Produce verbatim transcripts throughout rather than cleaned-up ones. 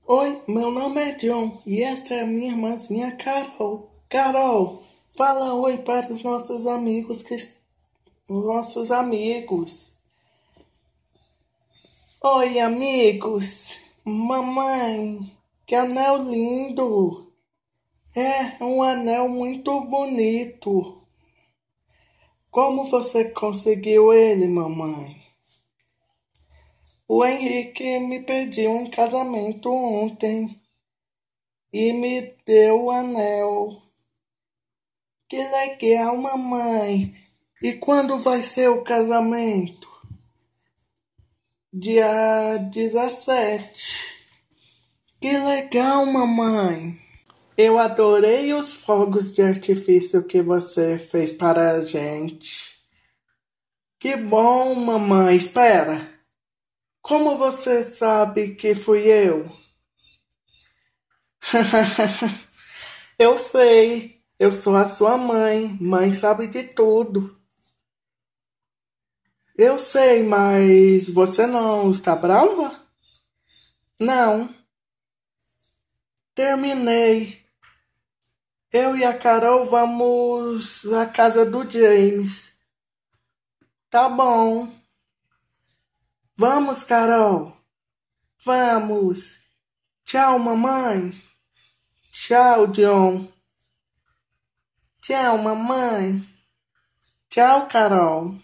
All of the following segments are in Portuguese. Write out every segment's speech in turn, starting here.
Oi, meu nome é John e esta é a minha irmãzinha Carol. Carol, fala oi para os nossos amigos que es- nossos amigos. Oi, amigos. Mamãe, que anel lindo. É um anel muito bonito. Como você conseguiu ele, mamãe? O Henrique me pediu em casamento ontem e me deu o anel. Que legal, mamãe. E quando vai ser o casamento? Dia dezessete. Que legal, mamãe. Eu adorei os fogos de artifício que você fez para a gente. Que bom, mamãe. Espera. Como você sabe que fui eu? Eu sei. Eu sou a sua mãe. Mãe sabe de tudo. Eu sei, mas você não está brava? Não. Terminei. Eu e a Carol vamos à casa do James. Tá bom. Vamos, Carol. Vamos. Tchau, mamãe. Tchau, John. Tchau, mamãe. Tchau, Carol.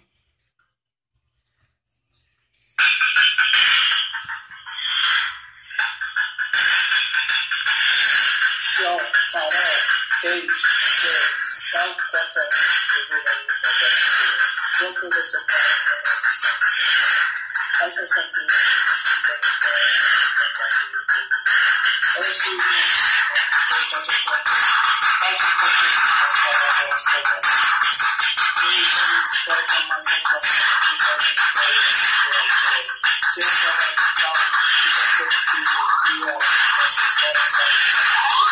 John, Carol, Kate, James, são quatro anos que viveram no casamento. Vou conversar com a minha edição de essa sabia que eles fizeram para a carreira. Eu sou uma gostou de plantar. Faz um pouquinho para a relação. E muito perto mais um gosto de das ideias. Quem é radical e já todo dia e é essas ideias.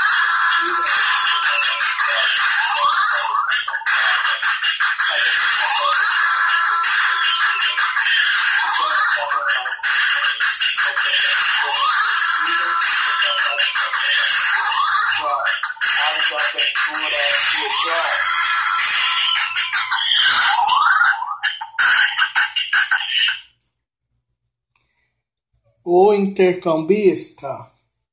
O intercambista.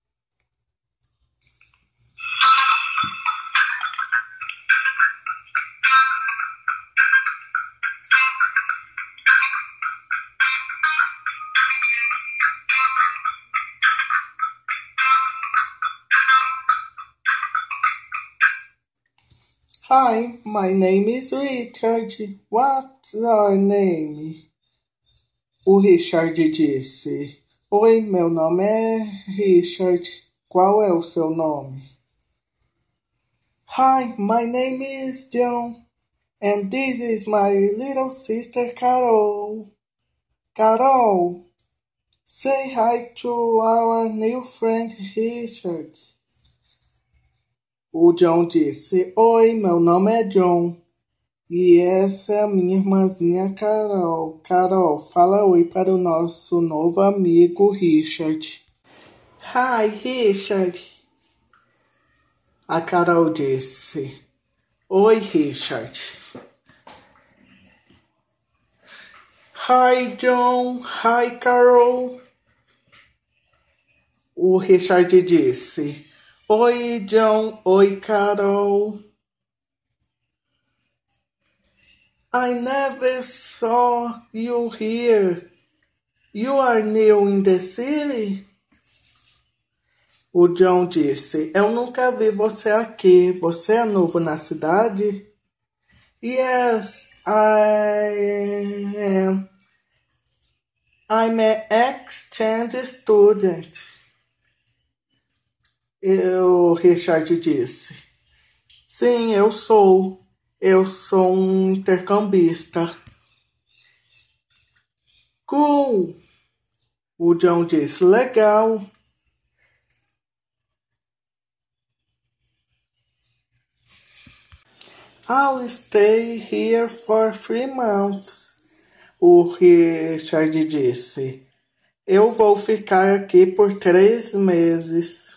Hi, my name is Richard. What's your name? O Richard disse. Oi, meu nome é Richard. Qual é o seu nome? Hi, my name is John. And this is my little sister Carol. Carol, say hi to our new friend Richard. O John disse, oi, meu nome é John. E essa é a minha irmãzinha Carol. Carol, fala oi para o nosso novo amigo Richard. Hi, Richard. A Carol disse, oi, Richard. Hi, John. Hi, Carol. O Richard disse, oi, John. Oi, Carol. I never saw you here. You are new in the city? O John disse, eu nunca vi você aqui. Você é novo na cidade? Yes, I am. I'm an exchange student. O Richard disse. Sim, eu sou. Eu sou um intercambista. Cool. O John disse, legal. I'll stay here for three months. O Richard disse. Eu vou ficar aqui por três meses.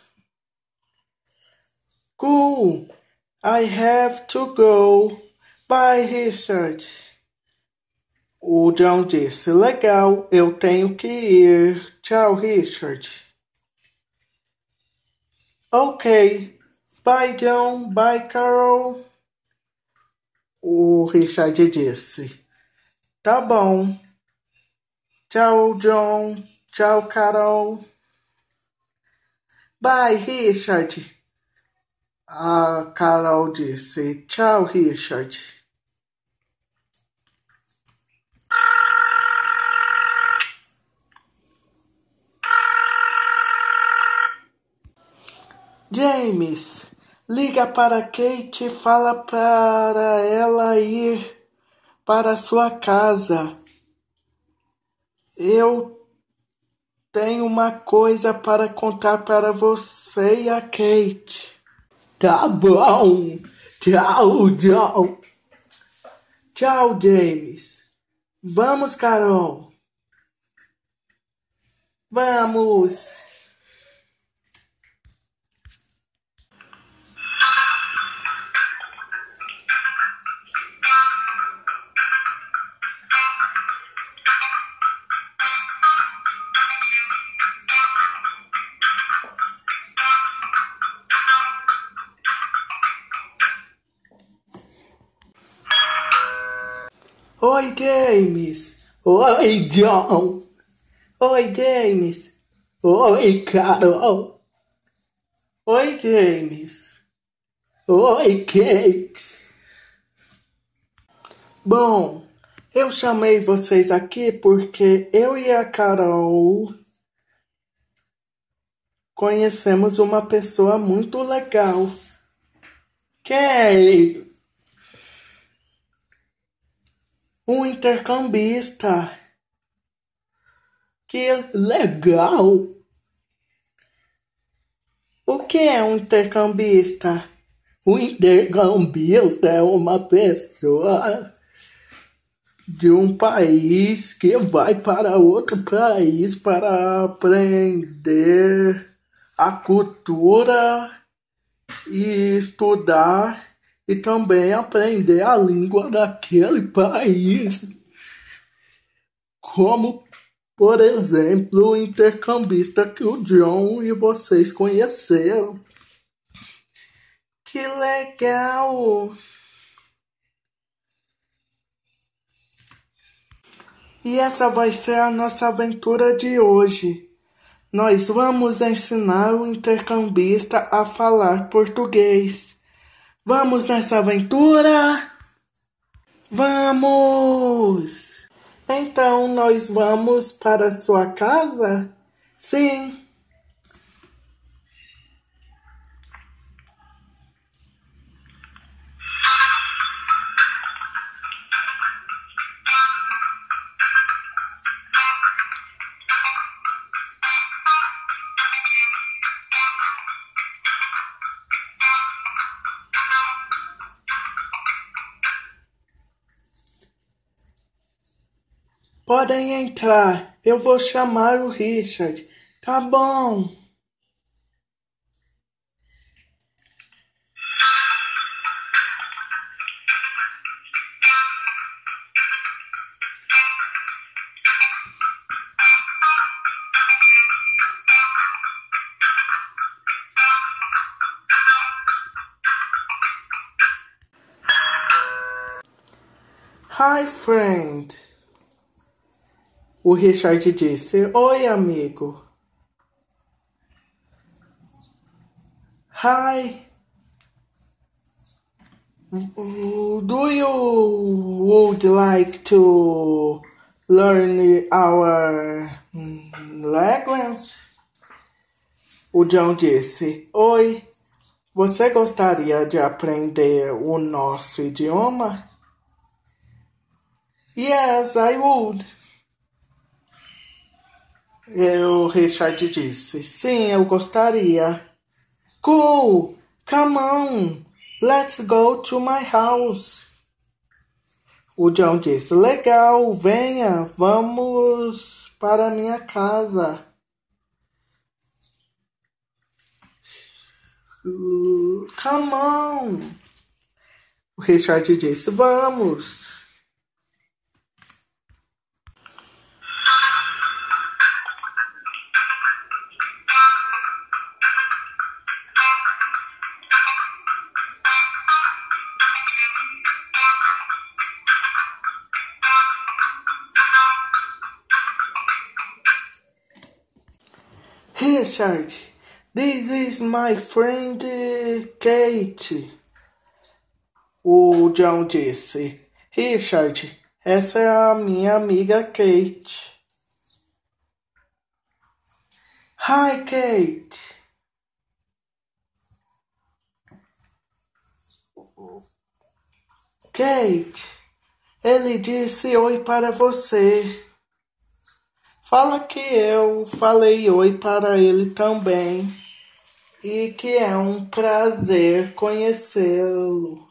Cool. I have to go. Bye, Richard. O John disse, legal, eu tenho que ir. Tchau, Richard. Ok. Bye, John. Bye, Carol. O Richard disse, tá bom. Tchau, John. Tchau, Carol. Bye, Richard. A Carol disse, tchau, Richard. James, liga para Kate e fala para ela ir para sua casa. Eu tenho uma coisa para contar para você e a Kate. Tá bom. Tchau, John. Tchau, James. Vamos, Carol. Vamos. Oi, James. Oi, John. Oi, James. Oi, Carol. Oi, James. Oi, Kate. Bom, eu chamei vocês aqui porque eu e a Carol conhecemos uma pessoa muito legal. Quem? Um intercambista. Que legal! O que é um intercambista? Um intercambista é uma pessoa de um país que vai para outro país para aprender a cultura e estudar e também aprender a língua daquele país. Como, por exemplo, o intercambista que o John e vocês conheceram. Que legal! E essa vai ser a nossa aventura de hoje. Nós vamos ensinar o intercambista a falar português. Vamos nessa aventura? Vamos! Então, nós vamos para sua casa? Sim. Podem entrar. Eu vou chamar o Richard. Tá bom. Hi, friend. O Richard disse, oi, amigo. Hi. Do you would like to learn our language? O John disse, oi, você gostaria de aprender o nosso idioma? Yes, I would. E o Richard disse, sim, eu gostaria. Cool, come on, let's go to my house. O John disse, legal, venha, vamos para minha casa. Uh, come on! O Richard disse, vamos! Richard, this is my friend Kate. O John disse. Richard, essa é a minha amiga Kate. Hi, Kate. Kate, ele disse oi para você. Fala que eu falei oi para ele também e que é um prazer conhecê-lo.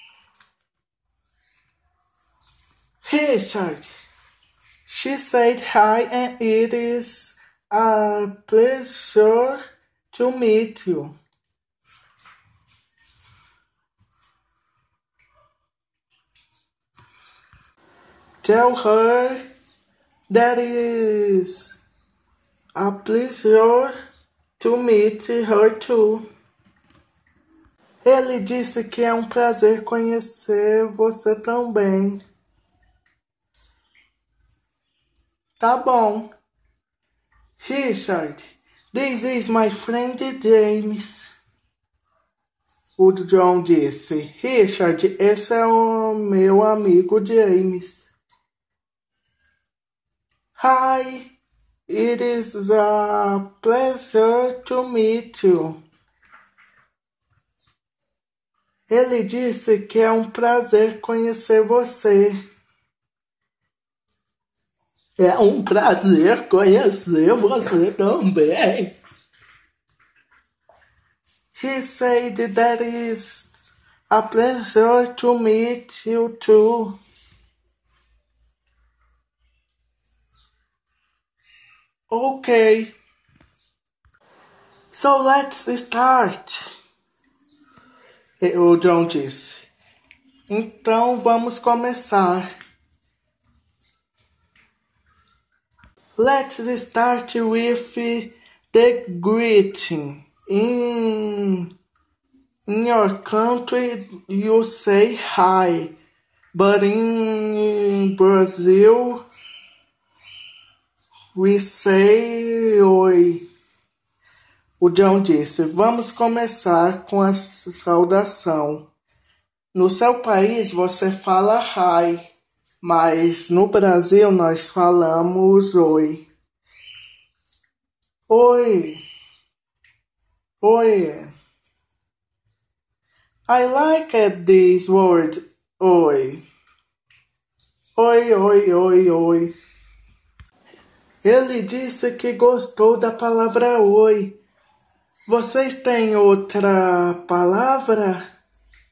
Richard, she said hi and it is a pleasure to meet you. Tell her that it is a pleasure to meet her too. Ele disse que é um prazer conhecer você também. Tá bom. Richard, this is my friend James. O John disse. Richard, esse é o meu amigo James. Hi, it is a pleasure to meet you. Ele disse que é um prazer conhecer você. É um prazer conhecer você também. He said that is a pleasure to meet you too. Okay. So let's start. O John disse. Então vamos começar. Let's start with the greeting. In, in your country, you say hi, but in Brazil, we say oi. O John disse, vamos começar com a saudação. No seu país, você fala hi. Mas no Brasil nós falamos oi. Oi. Oi. I like this word. Oi. Oi, oi, oi, oi. Ele disse que gostou da palavra oi. Vocês têm outra palavra?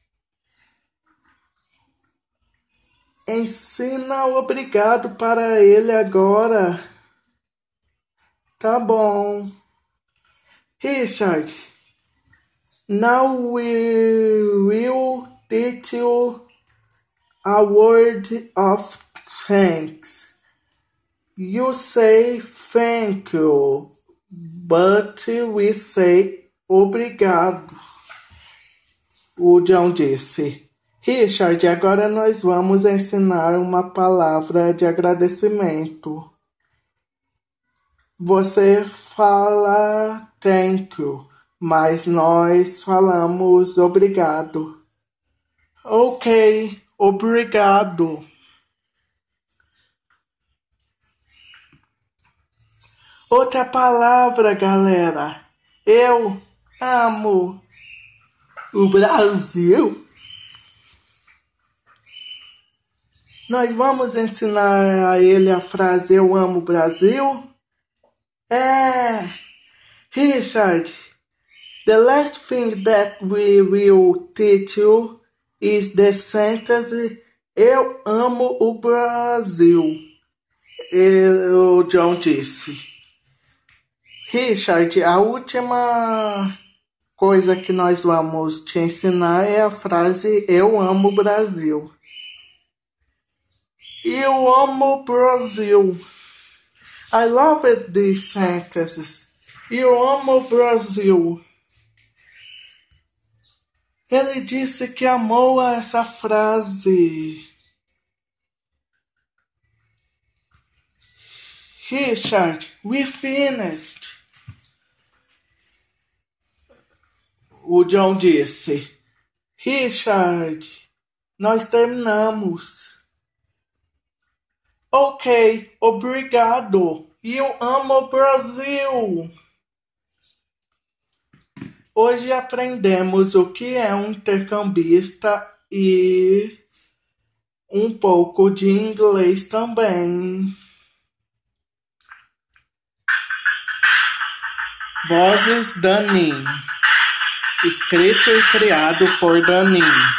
Ensina obrigado para ele agora. Tá bom. Richard, now we will teach you a word of thanks. You say thank you, but we say obrigado. O John disse. Richard, agora nós vamos ensinar uma palavra de agradecimento. Você fala thank you, mas nós falamos obrigado. Ok, obrigado. Outra palavra, galera. Eu amo o Brasil. Nós vamos ensinar a ele a frase eu amo o Brasil? É, Richard, the last thing that we will teach you is the sentence eu amo o Brasil. E o John disse: Richard, a última coisa que nós vamos te ensinar é a frase Eu amo o Brasil. Eu amo o Brasil. I love it, these sentences. Eu amo o Brasil. Ele disse que amou essa frase. Richard, we finished. O John disse: Richard, nós terminamos. Ok, obrigado. Eu amo o Brasil. Hoje aprendemos o que é um intercambista e um pouco de inglês também. Vozes Danin. Escrito e criado por Danin.